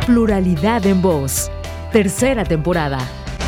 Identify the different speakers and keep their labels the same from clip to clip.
Speaker 1: Pluralidad en Voz, tercera temporada.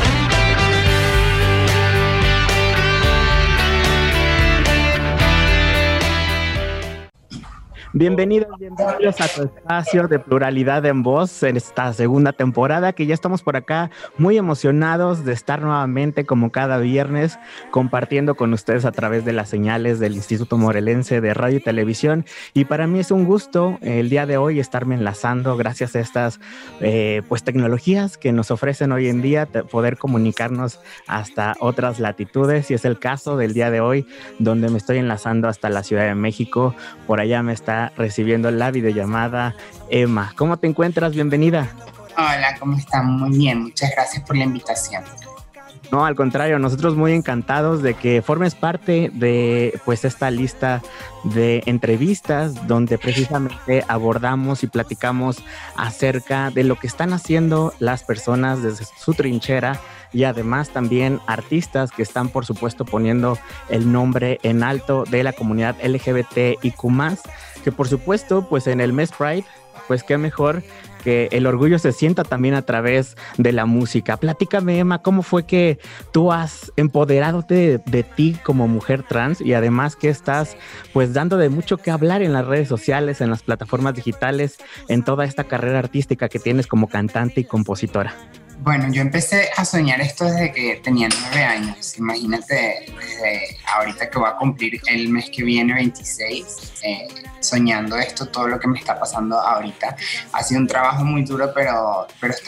Speaker 2: Bienvenidos a tu espacio de Pluralidad en Voz en esta segunda temporada, que ya estamos por acá muy emocionados de estar nuevamente como cada viernes compartiendo con ustedes a través de las señales del Instituto Morelense de Radio y Televisión. Y para mí es un gusto el día de hoy estarme enlazando gracias a estas tecnologías que nos ofrecen hoy en día poder comunicarnos hasta otras latitudes, y es el caso del día de hoy donde me estoy enlazando hasta la Ciudad de México. Por allá me está recibiendo la videollamada Emma. ¿Cómo te encuentras? Bienvenida.
Speaker 3: Hola, ¿cómo están? Muy bien, muchas gracias por la invitación.
Speaker 2: No, al contrario, nosotros muy encantados de que formes parte de esta lista de entrevistas donde precisamente abordamos y platicamos acerca de lo que están haciendo las personas desde su trinchera, y además también artistas que están, por supuesto, poniendo el nombre en alto de la comunidad LGBTIQ+, que por supuesto, pues en el mes Pride, pues qué mejor que el orgullo se sienta también a través de la música. Platícame, Emma, ¿cómo fue que tú has empoderado de ti como mujer trans, y además que estás pues dando de mucho que hablar en las redes sociales, en las plataformas digitales, en toda esta carrera artística que tienes como cantante y compositora?
Speaker 3: Bueno, yo empecé a soñar esto desde que tenía 9 años. Imagínate, desde ahorita que voy a cumplir el mes que viene, 26, soñando esto, todo lo que me está pasando ahorita. Ha sido un trabajo muy duro, pero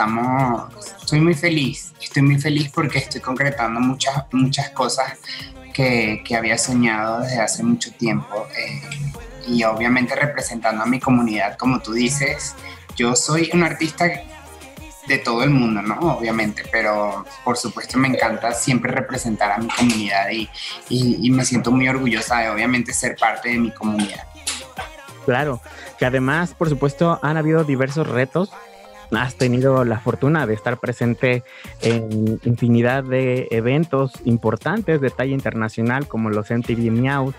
Speaker 3: estoy muy feliz. Estoy muy feliz porque estoy concretando muchas cosas que había soñado desde hace mucho tiempo. Y obviamente representando a mi comunidad, como tú dices. Yo soy un artista de todo el mundo, ¿no? Obviamente, pero por supuesto me encanta siempre representar a mi comunidad y me siento muy orgullosa de obviamente ser parte de mi comunidad.
Speaker 2: Claro, que además, por supuesto, han habido diversos retos. Has tenido la fortuna de estar presente en infinidad de eventos importantes de talla internacional, como los MTV Meow,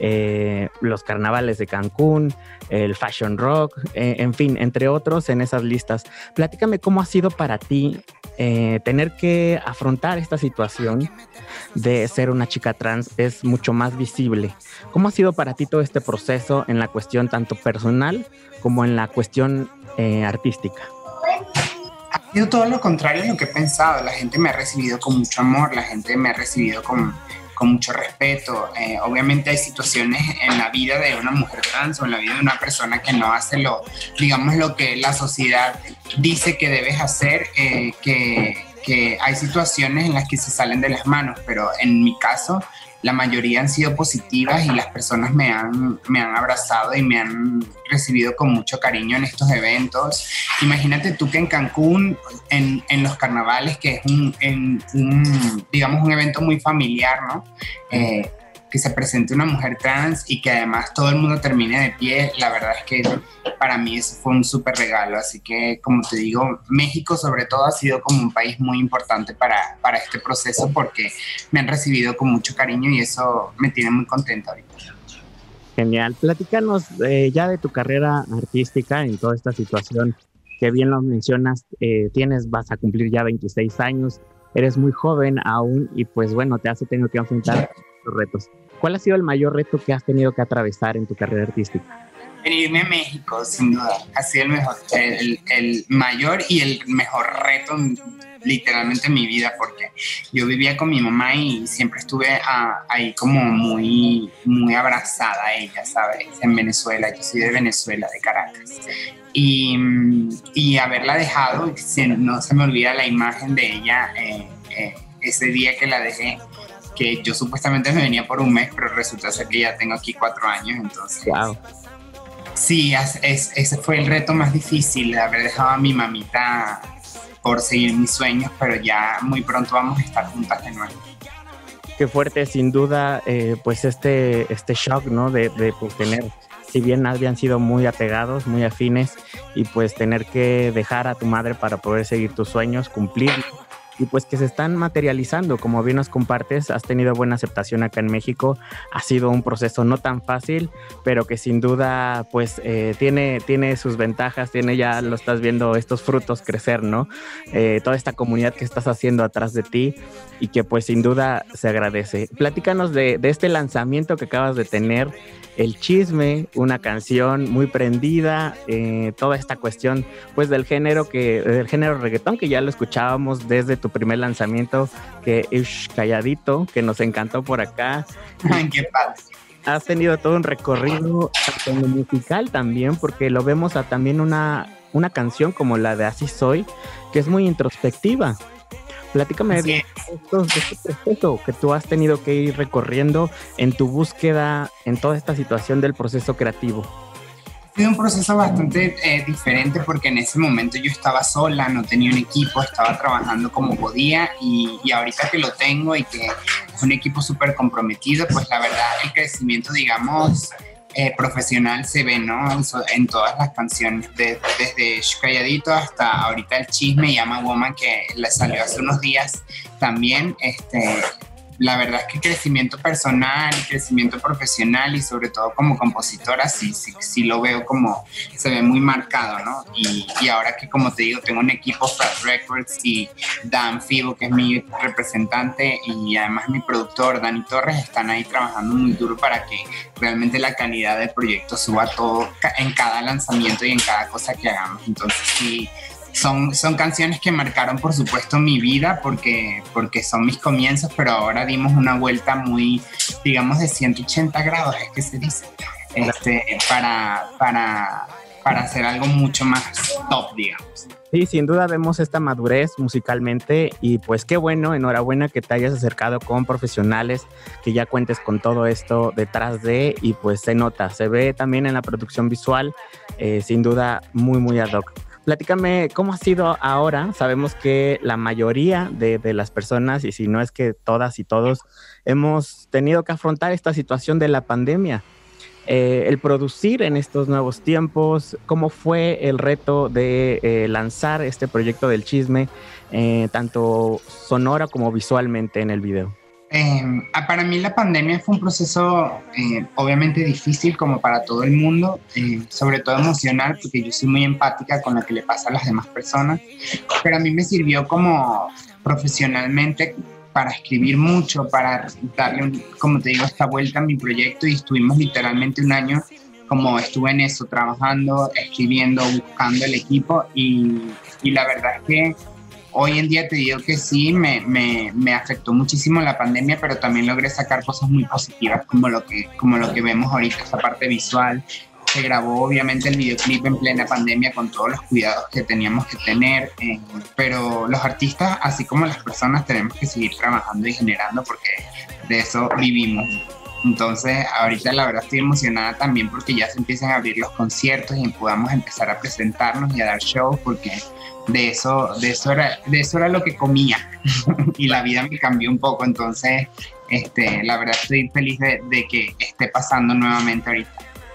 Speaker 2: los carnavales de Cancún, el Fashion Rock, en fin, entre otros en esas listas. Platícame cómo ha sido para ti tener que afrontar esta situación de ser una chica trans. Es mucho más visible. ¿Cómo ha sido para ti todo este proceso en la cuestión tanto personal como en la cuestión artística?
Speaker 3: Ha sido todo lo contrario a lo que he pensado. La gente me ha recibido con mucho amor, la gente me ha recibido con mucho respeto. Obviamente hay situaciones en la vida de una mujer trans o en la vida de una persona que no hace lo que la sociedad dice que debes hacer, que hay situaciones en las que se salen de las manos, pero en mi caso la mayoría han sido positivas y las personas me han abrazado y me han recibido con mucho cariño en estos eventos. Imagínate tú que en Cancún, en los carnavales, que es un evento muy familiar, ¿no? Que se presente una mujer trans y que además todo el mundo termine de pie, la verdad es que para mí eso fue un súper regalo. Así que, como te digo, México sobre todo ha sido como un país muy importante para este proceso, porque me han recibido con mucho cariño y eso me tiene muy contenta ahorita.
Speaker 2: Genial. Platícanos ya de tu carrera artística en toda esta situación, que bien lo mencionas, vas a cumplir ya 26 años, eres muy joven aún y pues bueno, te has tenido que enfrentar los retos. ¿Cuál ha sido el mayor reto que has tenido que atravesar en tu carrera artística?
Speaker 3: Venirme a México, sin duda, ha sido el mayor y el mejor reto literalmente en mi vida, porque yo vivía con mi mamá y siempre estuve ahí como muy, muy abrazada a ella, ¿sabes? En Venezuela, yo soy de Venezuela, de Caracas. Y haberla dejado, no se me olvida la imagen de ella ese día que la dejé, que yo supuestamente me venía por un mes, pero resulta ser que ya tengo aquí 4 años, entonces...
Speaker 2: Wow.
Speaker 3: Sí, ese fue el reto más difícil, de haber dejado a mi mamita por seguir mis sueños, pero ya muy pronto vamos a estar juntas de nuevo.
Speaker 2: Qué fuerte, sin duda, pues este shock, ¿no? De pues tener, si bien habían sido muy apegados, muy afines, y pues tener que dejar a tu madre para poder seguir tus sueños, cumplir. y pues que se están materializando. Como bien nos compartes, has tenido buena aceptación acá en México, ha sido un proceso no tan fácil, pero que sin duda pues tiene sus ventajas, ya lo estás viendo estos frutos crecer, ¿no? Toda esta comunidad que estás haciendo atrás de ti y que pues sin duda se agradece. Platícanos de este lanzamiento que acabas de tener, El Chisme, una canción muy prendida, toda esta cuestión pues del género reggaetón, que ya lo escuchábamos desde tu primer lanzamiento, que es Calladito, que nos encantó por acá.
Speaker 3: Ay, qué padre.
Speaker 2: Has tenido todo un recorrido en lo musical también, porque lo vemos a también una canción como la de Así Soy, que es muy introspectiva. Platícame de este proceso que tú has tenido que ir recorriendo en tu búsqueda, en toda esta situación del proceso creativo.
Speaker 3: Ha sido un proceso bastante diferente, porque en ese momento yo estaba sola, no tenía un equipo, estaba trabajando como podía, y ahorita que lo tengo y que es un equipo súper comprometido, pues la verdad el crecimiento, digamos, profesional se ve, ¿no? En todas las canciones, desde Calladito hasta ahorita El Chisme y I'm a Woman, que le salió hace unos días también. La verdad es que crecimiento personal, crecimiento profesional y sobre todo como compositora sí lo veo, como se ve muy marcado, ¿no? Y ahora que, como te digo, tengo un equipo, Fat Records, y Dan Fibo, que es mi representante, y además mi productor, Dani Torres, están ahí trabajando muy duro para que realmente la calidad del proyecto suba todo en cada lanzamiento y en cada cosa que hagamos. Entonces sí, son canciones que marcaron, por supuesto, mi vida, porque son mis comienzos, pero ahora dimos una vuelta muy, digamos, de 180 grados, es que se dice, para hacer algo mucho más top, digamos.
Speaker 2: Sí, sin duda vemos esta madurez musicalmente, y pues qué bueno, enhorabuena que te hayas acercado con profesionales, que ya cuentes con todo esto detrás de, y pues se nota, se ve también en la producción visual, sin duda muy, muy ad hoc. Platícame, ¿cómo ha sido ahora? Sabemos que la mayoría de las personas, y si no es que todas y todos, hemos tenido que afrontar esta situación de la pandemia. El producir en estos nuevos tiempos, ¿cómo fue el reto de lanzar este proyecto del Chisme, tanto sonora como visualmente en el video?
Speaker 3: Para mí la pandemia fue un proceso obviamente difícil, como para todo el mundo, sobre todo emocional, porque yo soy muy empática con lo que le pasa a las demás personas, pero a mí me sirvió como profesionalmente para escribir mucho, para darle, como te digo, esta vuelta a mi proyecto, y estuvimos literalmente un año como estuve en eso, trabajando, escribiendo, buscando el equipo, y la verdad es que hoy en día te digo que sí, me afectó muchísimo la pandemia, pero también logré sacar cosas muy positivas, como lo que vemos ahorita, esta parte visual. Se grabó obviamente el videoclip en plena pandemia con todos los cuidados que teníamos que tener, pero los artistas, así como las personas, tenemos que seguir trabajando y generando, porque de eso vivimos. Entonces ahorita la verdad estoy emocionada también porque ya se empiezan a abrir los conciertos y podamos empezar a presentarnos y a dar shows, porque de eso era lo que comía y la vida me cambió un poco. Entonces la verdad estoy feliz de que esté pasando nuevamente ahorita.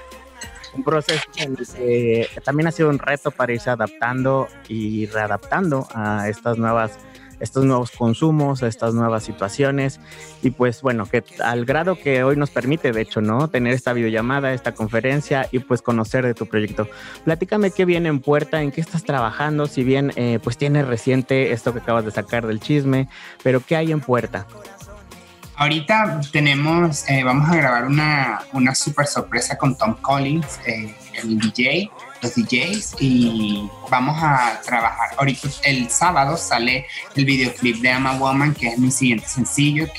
Speaker 2: Un proceso en el que también ha sido un reto para irse adaptando y readaptando a estos nuevos consumos, a estas nuevas situaciones, y pues bueno, que al grado que hoy nos permite, de hecho, ¿no?, tener esta videollamada, esta conferencia, y pues conocer de tu proyecto. Platícame qué viene en puerta, en qué estás trabajando, si bien pues tienes reciente esto que acabas de sacar del Chisme, pero ¿qué hay en puerta?
Speaker 3: Ahorita vamos a grabar una super sorpresa con Tom Collins, los DJs, y vamos a trabajar. Ahorita el sábado sale el videoclip de I'm a Woman, que es mi siguiente sencillo,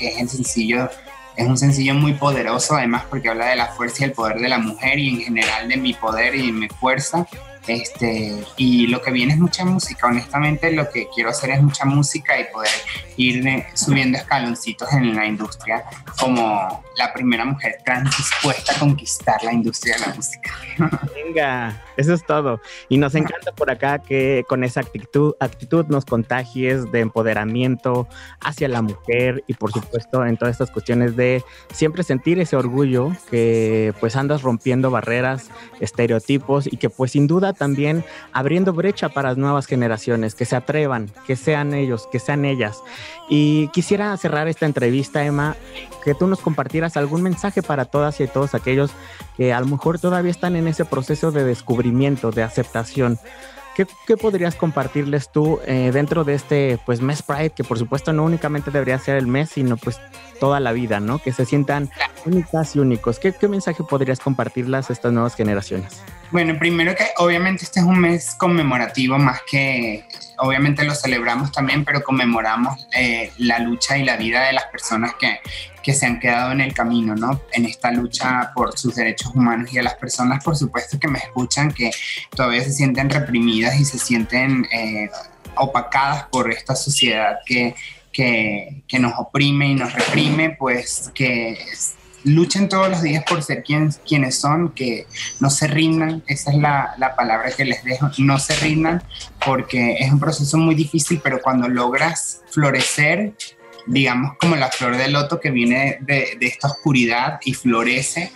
Speaker 3: es un sencillo muy poderoso, además, porque habla de la fuerza y el poder de la mujer, y en general de mi poder y de mi fuerza. Y lo que viene es mucha música. Honestamente, lo que quiero hacer es mucha música, y poder subiendo escaloncitos en la industria como la primera mujer trans dispuesta a conquistar la industria de la música.
Speaker 2: Venga, eso es todo. Y nos encanta por acá que con esa actitud nos contagies de empoderamiento hacia la mujer y por supuesto en todas estas cuestiones de siempre sentir ese orgullo que pues andas rompiendo barreras, estereotipos y que pues sin duda también abriendo brecha para las nuevas generaciones, que se atrevan, que sean ellos, que sean ellas. Y quisiera cerrar esta entrevista, Emma, que tú nos compartieras algún mensaje para todas y todos aquellos que a lo mejor todavía están en ese proceso de descubrimiento, de aceptación. ¿Qué podrías compartirles tú dentro de este pues mes Pride, que por supuesto no únicamente debería ser el mes, sino pues toda la vida, ¿no? Que se sientan únicas y únicos. ¿Qué mensaje podrías compartirles a estas nuevas generaciones?
Speaker 3: Bueno, primero que obviamente este es un mes conmemorativo, más que obviamente lo celebramos también, pero conmemoramos la lucha y la vida de las personas que se han quedado en el camino, ¿no? En esta lucha por sus derechos humanos, y a las personas, por supuesto, que me escuchan, que todavía se sienten reprimidas y se sienten opacadas por esta sociedad que nos oprime y nos reprime, pues que luchen todos los días por ser quienes son, que no se rindan. Esa es la palabra que les dejo, no se rindan, porque es un proceso muy difícil, pero cuando logras florecer, digamos como la flor de loto que viene de esta oscuridad y florece,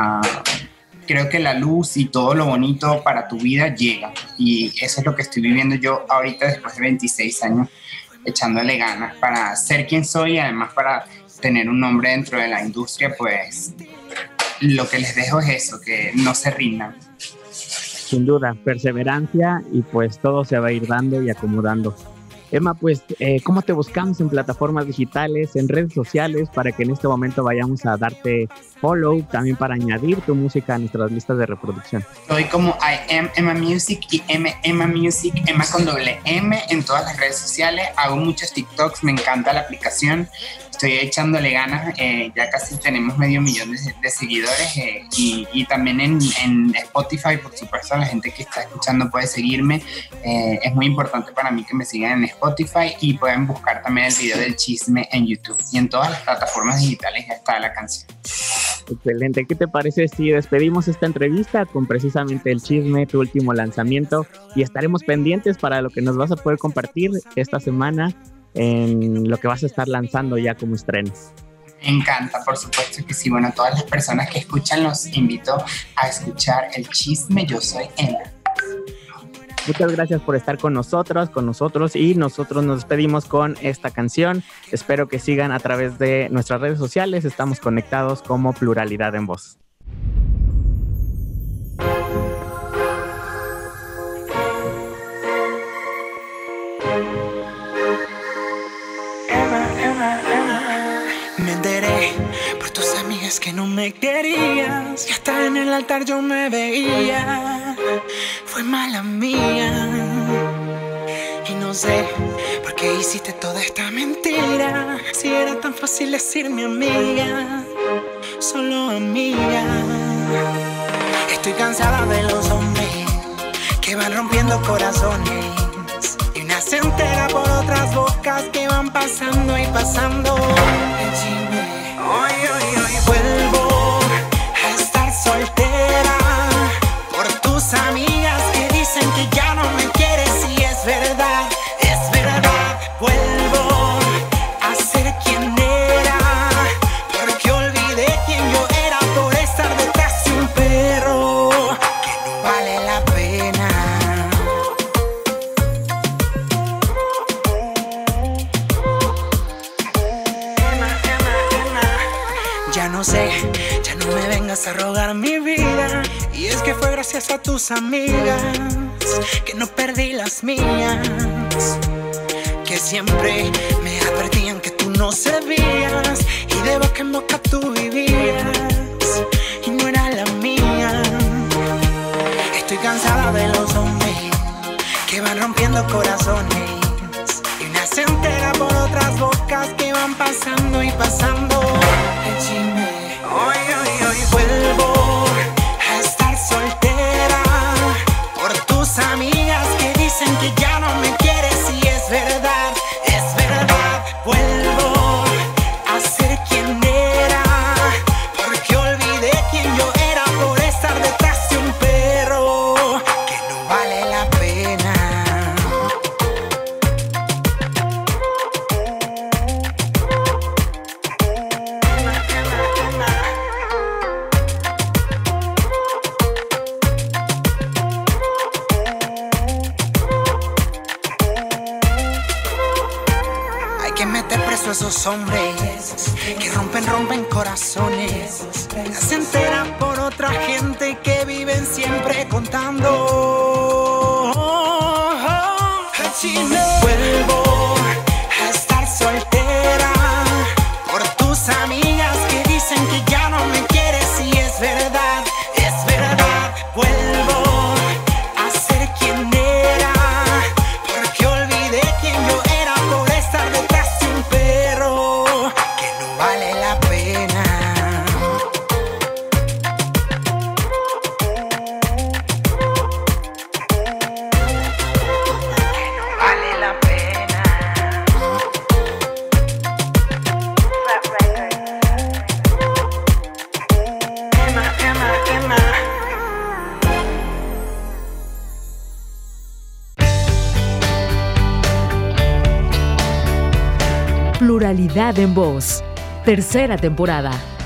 Speaker 3: creo que la luz y todo lo bonito para tu vida llega, y eso es lo que estoy viviendo yo ahorita después de 26 años echándole ganas para ser quien soy, y además para tener un nombre dentro de la industria. Pues lo que les dejo es eso, que no se rindan.
Speaker 2: Sin duda, perseverancia, y pues todo se va a ir dando y acomodando. Emma, pues, ¿cómo te buscamos en plataformas digitales, en redes sociales, para que en este momento vayamos a darte follow, también para añadir tu música a nuestras listas de reproducción?
Speaker 3: Soy como I am Emma Music y Emma Music, Emma con doble M, en todas las redes sociales. Hago muchos TikToks, me encanta la aplicación. Estoy echándole ganas, ya casi tenemos 500,000 de seguidores, y también en Spotify, por supuesto, la gente que está escuchando puede seguirme. Es muy importante para mí que me sigan en Spotify, y pueden buscar también el video del chisme en YouTube, y en todas las plataformas digitales ya está la canción.
Speaker 2: Excelente. ¿Qué te parece si despedimos esta entrevista con precisamente el chisme, tu último lanzamiento, y estaremos pendientes para lo que nos vas a poder compartir esta semana en lo que vas a estar lanzando ya como estrenos?
Speaker 3: Me encanta, por supuesto que sí. Bueno, todas las personas que escuchan, los invito a escuchar el chisme. Yo soy Emma.
Speaker 2: Muchas gracias por estar con nosotros, y nosotros nos despedimos con esta canción. Espero que sigan a través de nuestras redes sociales. Estamos conectados como Pluralidad en Voz.
Speaker 4: Me enteré por tus amigas que no me querías, y hasta en el altar yo me veía. Fue mala mía, y no sé por qué hiciste toda esta mentira. Si era tan fácil decirme amiga, solo amiga. Estoy cansada de los hombres que van rompiendo corazones, y una se entera por otras bocas que van pasando y pasando. Hoy, vuelvo a estar soltera por tus amigas que dicen que ya no me quieres, y es verdad, vuelvo a ser quien era, porque olvidé quién yo era por estar detrás de un perro que no vale la pena. Ya no sé, ya no me vengas a rogar mi vida, y es que fue gracias a tus amigas que no perdí las mías, que siempre me advertían que tú no servías, y de boca en boca tú vivías, y no era la mía. Estoy cansada de los hombres que van rompiendo corazones, y una se entera por otras bocas que van pasando y pasando. Hoy vuelvo a estar soltera por tus amigas que dicen que ya no me quieres, y es verdad, esos hombres que rompen corazones, se enteran por otra gente que viven siempre contando. Vuelvo a estar soltera por tus amigas que dicen que ya no me quieres y es verdad, es verdad. Vuelvo a ser quien era porque olvidé quién yo era por estar detrás de un perro que no vale la pena. Vale la pena. Emma, Emma, Emma.
Speaker 1: Pluralidad en Voz. Tercera temporada.